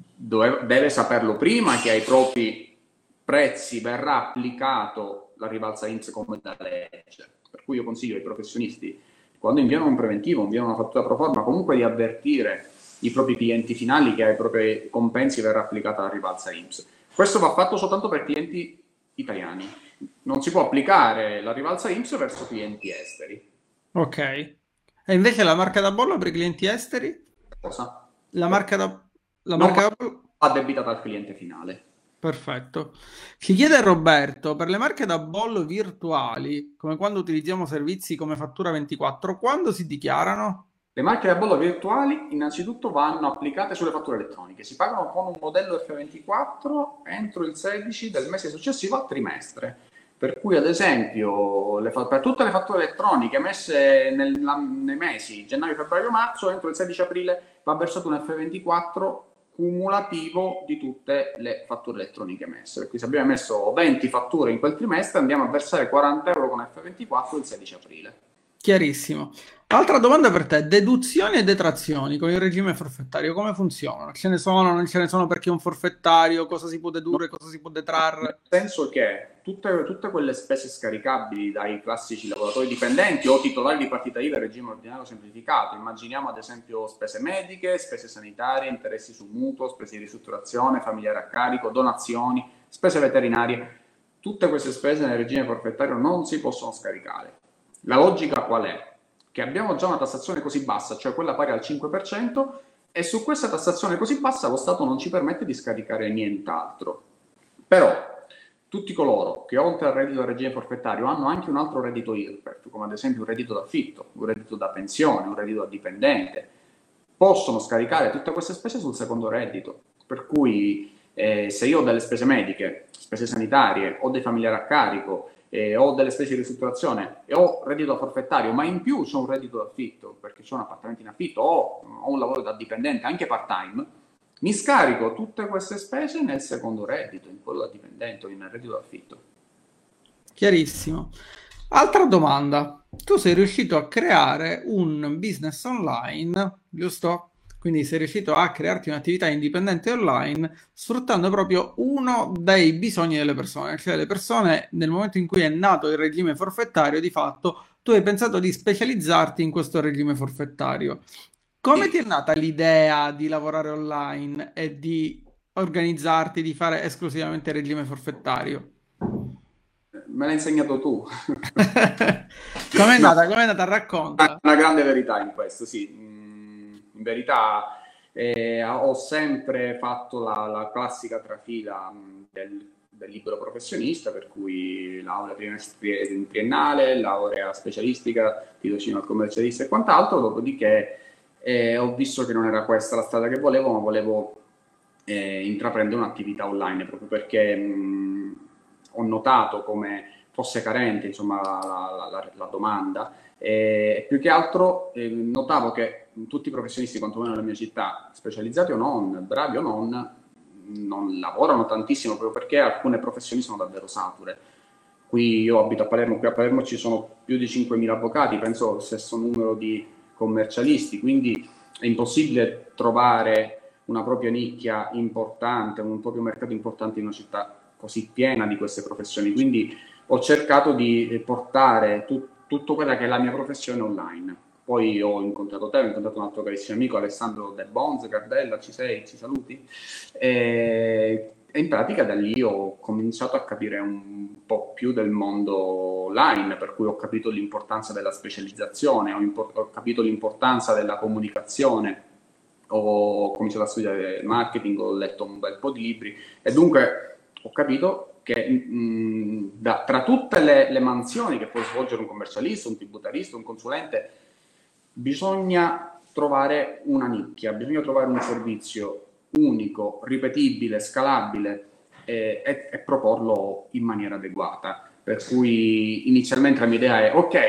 deve saperlo prima che ai propri prezzi verrà applicato la rivalsa I N P S come da legge. Per cui io consiglio ai professionisti, quando inviano un preventivo, inviano una fattura pro forma, comunque di avvertire i propri clienti finali che ai propri compensi verrà applicata la rivalsa I N P S. Questo va fatto soltanto per clienti italiani. Non si può applicare la rivalsa I N P S verso clienti esteri. Ok. E invece la marca da bollo per i clienti esteri? Cosa? La marca da, la Non marca va da bollo... addebitata al cliente finale. Perfetto. Ci chiede Roberto, per le marche da bollo virtuali, come quando utilizziamo servizi come Fattura ventiquattro, quando si dichiarano? Le marche da bollo virtuali innanzitutto vanno applicate sulle fatture elettroniche. Si pagano con un modello F ventiquattro entro il sedici del mese successivo al trimestre. Per cui, ad esempio, le, per tutte le fatture elettroniche emesse nel, la, nei mesi gennaio, febbraio, marzo, entro il sedici aprile va versato un F ventiquattro cumulativo di tutte le fatture elettroniche emesse. Per cui se abbiamo emesso venti fatture in quel trimestre, andiamo a versare quaranta euro con F ventiquattro il sedici aprile. Chiarissimo. Altra domanda per te, deduzioni e detrazioni con il regime forfettario, come funzionano? Ce ne sono, non ce ne sono, perché è un forfettario, cosa si può dedurre, cosa si può detrarre? Nel senso che tutte, tutte quelle spese scaricabili dai classici lavoratori dipendenti o titolari di partita I V A in regime ordinario semplificato, immaginiamo ad esempio spese mediche, spese sanitarie, interessi su mutuo, spese di ristrutturazione, familiare a carico, donazioni, spese veterinarie, tutte queste spese nel regime forfettario non si possono scaricare. La logica qual è? Che abbiamo già una tassazione così bassa, cioè quella pari al cinque per cento, e su questa tassazione così bassa lo Stato non ci permette di scaricare nient'altro. Però tutti coloro che oltre al reddito del regime forfettario hanno anche un altro reddito I R P E F, come ad esempio un reddito d'affitto, un reddito da pensione, un reddito da dipendente, possono scaricare tutte queste spese sul secondo reddito. Per cui eh, se io ho delle spese mediche, spese sanitarie, ho dei familiari a carico, eh, ho delle spese di ristrutturazione e ho reddito forfettario, ma in più c'ho un reddito d'affitto perché c'ho un appartamento in affitto o ho un lavoro da dipendente anche part-time, mi scarico tutte queste spese nel secondo reddito, in quello da dipendente o nel reddito d'affitto. Chiarissimo. Altra domanda. Tu sei riuscito a creare un business online, giusto? Quindi sei riuscito a crearti un'attività indipendente online sfruttando proprio uno dei bisogni delle persone. Cioè le persone, nel momento in cui è nato il regime forfettario, di fatto tu hai pensato di specializzarti in questo regime forfettario. Come ti è nata l'idea di lavorare online e di organizzarti, di fare esclusivamente regime forfettario? Me l'hai insegnato tu. Com'è No, nata? Com'è nata? Racconta. una grande verità in questo, sì. In verità eh, ho sempre fatto la, la classica trafila del, del libero professionista, per cui laurea triennale, laurea specialistica, tirocinio al commercialista e quant'altro, dopodiché eh, ho visto che non era questa la strada che volevo, ma volevo eh, intraprendere un'attività online, proprio perché mh, ho notato come fosse carente, insomma, la, la, la domanda, e più che altro eh, notavo che tutti i professionisti, quantomeno nella mia città, specializzati o non, bravi o non, non lavorano tantissimo, proprio perché alcune professioni sono davvero sature. Qui io abito a Palermo, qui a Palermo ci sono più di cinquemila avvocati, penso lo stesso numero di commercialisti, quindi è impossibile trovare una propria nicchia importante, un proprio mercato importante in una città così piena di queste professioni. Quindi ho cercato di portare tu, tutto quella che è la mia professione online. Poi ho incontrato te, ho incontrato un altro carissimo amico, Alessandro De Bonz, Cardella, ci sei, ci saluti? E, e in pratica da lì ho cominciato a capire un po' più del mondo online, per cui ho capito l'importanza della specializzazione, ho, import- ho capito l'importanza della comunicazione, ho cominciato a studiare marketing, ho letto un bel po' di libri e dunque ho capito che mh, da, tra tutte le, le mansioni che può svolgere un commercialista, un tributarista, un consulente, bisogna trovare una nicchia, bisogna trovare un servizio unico, ripetibile, scalabile e, e, e proporlo in maniera adeguata. Per cui inizialmente la mia idea è ok,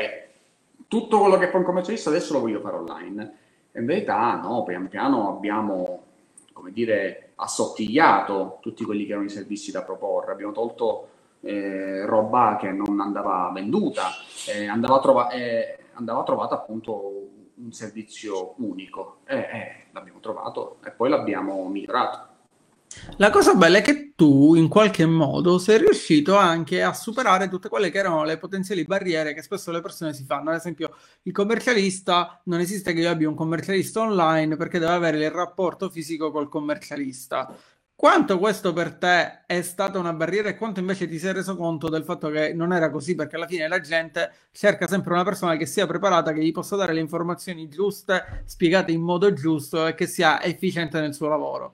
tutto quello che fa un commercialista adesso lo voglio fare online. E in verità no, pian piano abbiamo, come dire, assottigliato tutti quelli che erano i servizi da proporre, abbiamo tolto eh, roba che non andava venduta, eh, andava, trova- eh, andava trovato appunto un servizio unico e eh, eh, l'abbiamo trovato e poi l'abbiamo migliorato. La cosa bella è che tu, in qualche modo, sei riuscito anche a superare tutte quelle che erano le potenziali barriere che spesso le persone si fanno. Ad esempio, il commercialista, non esiste che io abbia un commercialista online perché deve avere il rapporto fisico col commercialista. Quanto questo per te è stata una barriera e quanto invece ti sei reso conto del fatto che non era così, perché alla fine la gente cerca sempre una persona che sia preparata, che gli possa dare le informazioni giuste, spiegate in modo giusto e che sia efficiente nel suo lavoro.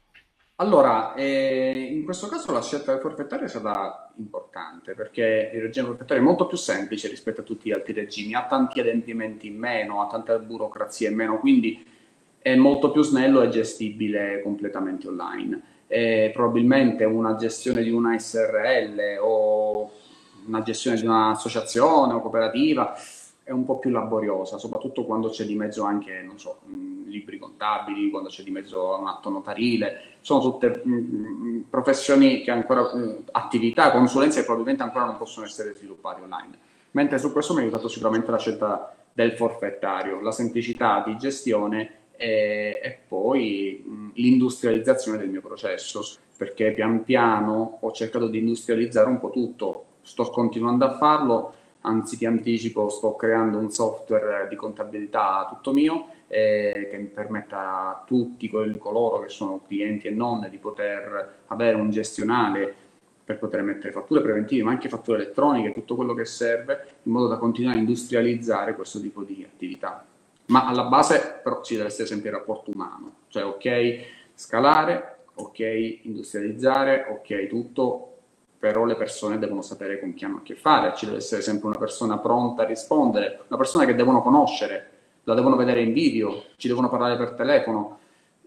Allora, eh, in questo caso la scelta del forfettario è stata importante perché il regime forfettario è molto più semplice rispetto a tutti gli altri regimi, ha tanti adempimenti in meno, ha tanta burocrazia in meno, quindi è molto più snello e gestibile completamente online. Eh, probabilmente una gestione di una S R L o una gestione di un'associazione o cooperativa è un po' più laboriosa, soprattutto quando c'è di mezzo anche, non so, mh, libri contabili, quando c'è di mezzo un atto notarile. Sono tutte mh, professioni che ancora, mh, attività, consulenze che probabilmente ancora non possono essere sviluppate online. Mentre su questo mi ha aiutato sicuramente la scelta del forfettario, la semplicità di gestione e, e poi mh, l'industrializzazione del mio processo, perché pian piano ho cercato di industrializzare un po' tutto, sto continuando a farlo, anzi ti anticipo, sto creando un software di contabilità tutto mio eh, che mi permetta a tutti quelli, coloro che sono clienti e non di poter avere un gestionale per poter mettere fatture preventive ma anche fatture elettroniche, tutto quello che serve in modo da continuare a industrializzare questo tipo di attività. Ma alla base però ci deve essere sempre il rapporto umano, cioè ok scalare, ok industrializzare, ok tutto, però le persone devono sapere con chi hanno a che fare, ci deve essere sempre una persona pronta a rispondere, una persona che devono conoscere, la devono vedere in video, ci devono parlare per telefono.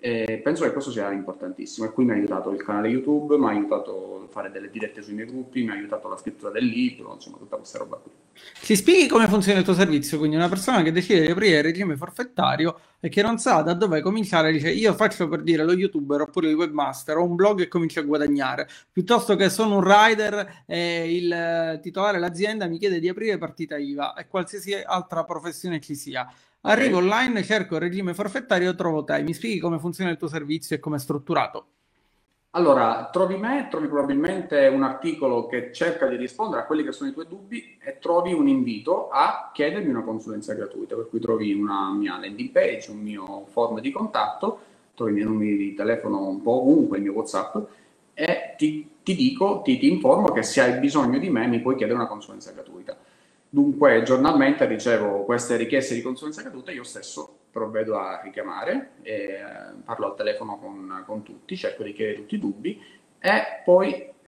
E penso che questo sia importantissimo e qui mi ha aiutato il canale YouTube, mi ha aiutato a fare delle dirette sui miei gruppi, mi ha aiutato la scrittura del libro, insomma tutta questa roba qui. Ci spieghi come funziona il tuo servizio? Quindi una persona che decide di aprire il regime forfettario e che non sa da dove cominciare, dice io faccio per dire lo youtuber oppure il webmaster o un blog e comincio a guadagnare, piuttosto che sono un rider e il eh, titolare dell'azienda mi chiede di aprire partita I V A e qualsiasi altra professione ci sia. Ok? Arrivo online, cerco il regime forfettario, trovo te. Mi spieghi come funziona il tuo servizio e come è strutturato? Allora, trovi me, trovi probabilmente un articolo che cerca di rispondere a quelli che sono i tuoi dubbi e trovi un invito a chiedermi una consulenza gratuita, per cui trovi una mia landing page, un mio form di contatto, trovi i miei numeri di telefono un po' ovunque, il mio WhatsApp e ti, ti dico, ti, ti informo che se hai bisogno di me mi puoi chiedere una consulenza gratuita. Dunque, giornalmente ricevo queste richieste di consulenza gratuita, io stesso provvedo a richiamare, e, eh, parlo al telefono con, con tutti, cerco di chiarire tutti i dubbi e poi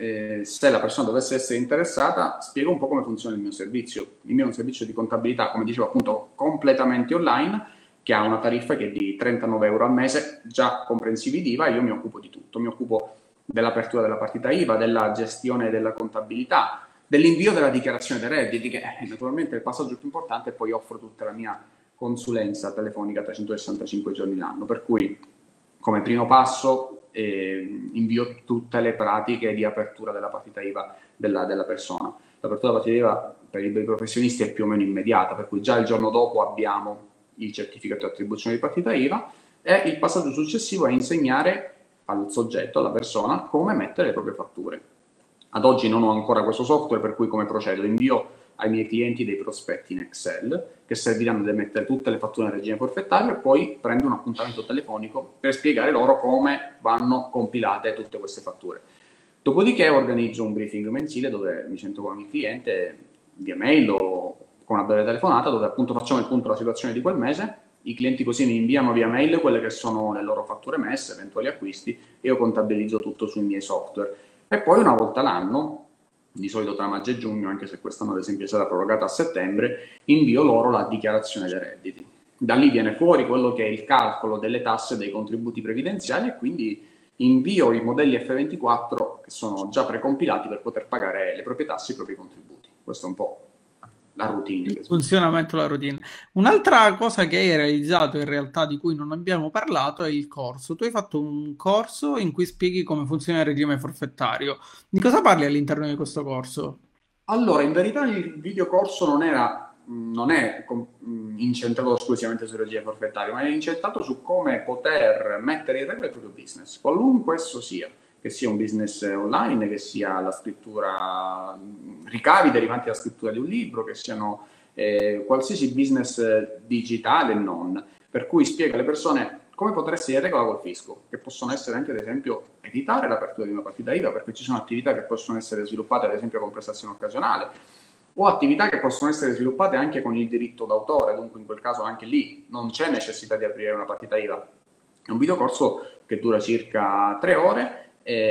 eh, se la persona dovesse essere interessata, spiego un po' come funziona il mio servizio. Il mio è un servizio di contabilità, come dicevo appunto, completamente online, che ha una tariffa che è di trentanove euro al mese, già comprensivi di I V A, e io mi occupo di tutto. Mi occupo dell'apertura della partita I V A, della gestione della contabilità, dell'invio della dichiarazione dei redditi, che è naturalmente il passaggio più importante, e poi offro tutta la mia consulenza telefonica trecentosessantacinque giorni l'anno, per cui come primo passo eh, invio tutte le pratiche di apertura della partita I V A della, della persona. L'apertura della partita I V A per i liberi professionisti è più o meno immediata, per cui già il giorno dopo abbiamo il certificato di attribuzione di partita I V A, e il passaggio successivo è insegnare al soggetto, alla persona, come mettere le proprie fatture. Ad oggi non ho ancora questo software, per cui come procedo? Invio ai miei clienti dei prospetti in Excel che serviranno a mettere tutte le fatture in regime forfettario, e poi prendo un appuntamento telefonico per spiegare loro come vanno compilate tutte queste fatture. Dopodiché organizzo un briefing mensile dove mi sento con il cliente via mail o con una breve telefonata, dove appunto facciamo il punto della situazione di quel mese. I clienti così mi inviano via mail quelle che sono le loro fatture messe, eventuali acquisti, e io contabilizzo tutto sui miei software. E poi una volta l'anno, di solito tra maggio e giugno, anche se quest'anno ad esempio sarà prorogata a settembre, invio loro la dichiarazione dei redditi. Da lì viene fuori quello che è il calcolo delle tasse e dei contributi previdenziali, e quindi invio i modelli F ventiquattro che sono già precompilati per poter pagare le proprie tasse e i propri contributi. Questo è un po' la routine. Il funzionamento della routine. Un'altra cosa che hai realizzato in realtà di cui non abbiamo parlato è il corso. Tu hai fatto un corso in cui spieghi come funziona il regime forfettario. Di cosa parli all'interno di questo corso? Allora, in verità il videocorso non era, non è incentrato esclusivamente sul regime forfettario, ma è incentrato su come poter mettere in regola il proprio business, qualunque esso sia, che sia un business online, che sia la scrittura, ricavi derivanti dalla scrittura di un libro, che siano eh, qualsiasi business digitale e non, per cui spiega alle persone come poter essere in regola col fisco, che possono essere anche ad esempio evitare l'apertura di una partita I V A, perché ci sono attività che possono essere sviluppate ad esempio con prestazione occasionale, o attività che possono essere sviluppate anche con il diritto d'autore, dunque in quel caso anche lì non c'è necessità di aprire una partita I V A. È un videocorso che dura circa tre ore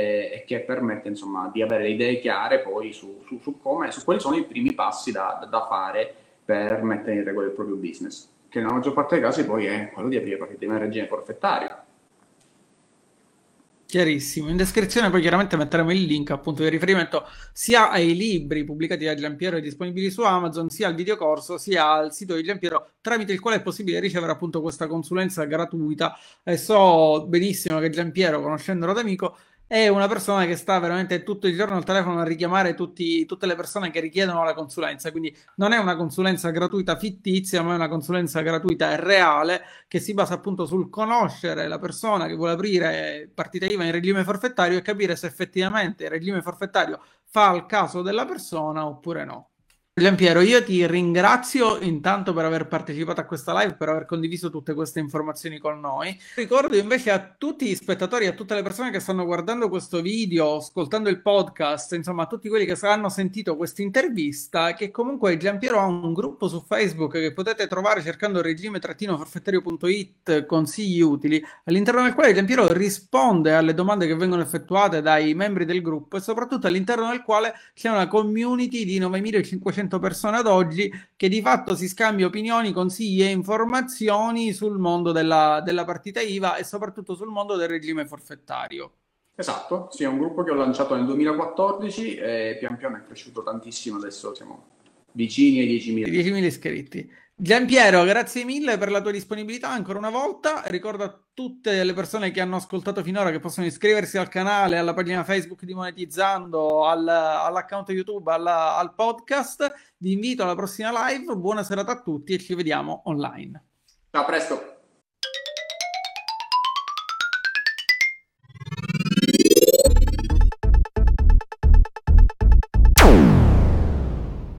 e che permette insomma di avere le idee chiare poi su, su, su come, su quali sono i primi passi da, da fare per mettere in regola il proprio business, che nella maggior parte dei casi poi è quello di aprire partite in regime forfettario. Chiarissimo. In descrizione poi chiaramente metteremo il link appunto di riferimento sia ai libri pubblicati da Giampiero e disponibili su Amazon, sia al videocorso, sia al sito di Giampiero, tramite il quale è possibile ricevere appunto questa consulenza gratuita. E so benissimo che Giampiero, conoscendolo da amico, è una persona che sta veramente tutto il giorno al telefono a richiamare tutti, tutte le persone che richiedono la consulenza. Quindi non è una consulenza gratuita fittizia, ma è una consulenza gratuita e reale, che si basa appunto sul conoscere la persona che vuole aprire partita I V A in regime forfettario e capire se effettivamente il regime forfettario fa il caso della persona oppure no. Giampiero, io ti ringrazio intanto per aver partecipato a questa live, per aver condiviso tutte queste informazioni con noi. Ricordo invece a tutti gli spettatori, a tutte le persone che stanno guardando questo video, ascoltando il podcast, insomma a tutti quelli che hanno sentito questa intervista, che comunque Giampiero ha un gruppo su Facebook che potete trovare cercando regime-forfettario punto it consigli utili, all'interno del quale Giampiero risponde alle domande che vengono effettuate dai membri del gruppo, e soprattutto all'interno del quale c'è una community di novemilacinquecento persone ad oggi, che di fatto si scambia opinioni, consigli e informazioni sul mondo della, della partita I V A e soprattutto sul mondo del regime forfettario. Esatto, sì, è un gruppo che ho lanciato nel duemilaquattordici e pian piano è cresciuto tantissimo, adesso siamo vicini ai diecimila. diecimila iscritti. Giampiero, grazie mille per la tua disponibilità ancora una volta. Ricordo a tutte le persone che hanno ascoltato finora che possono iscriversi al canale, alla pagina Facebook di Monetizzando, al, all'account YouTube, alla, al podcast. Vi invito alla prossima live. Buona serata a tutti e ci vediamo online. Ciao, a presto.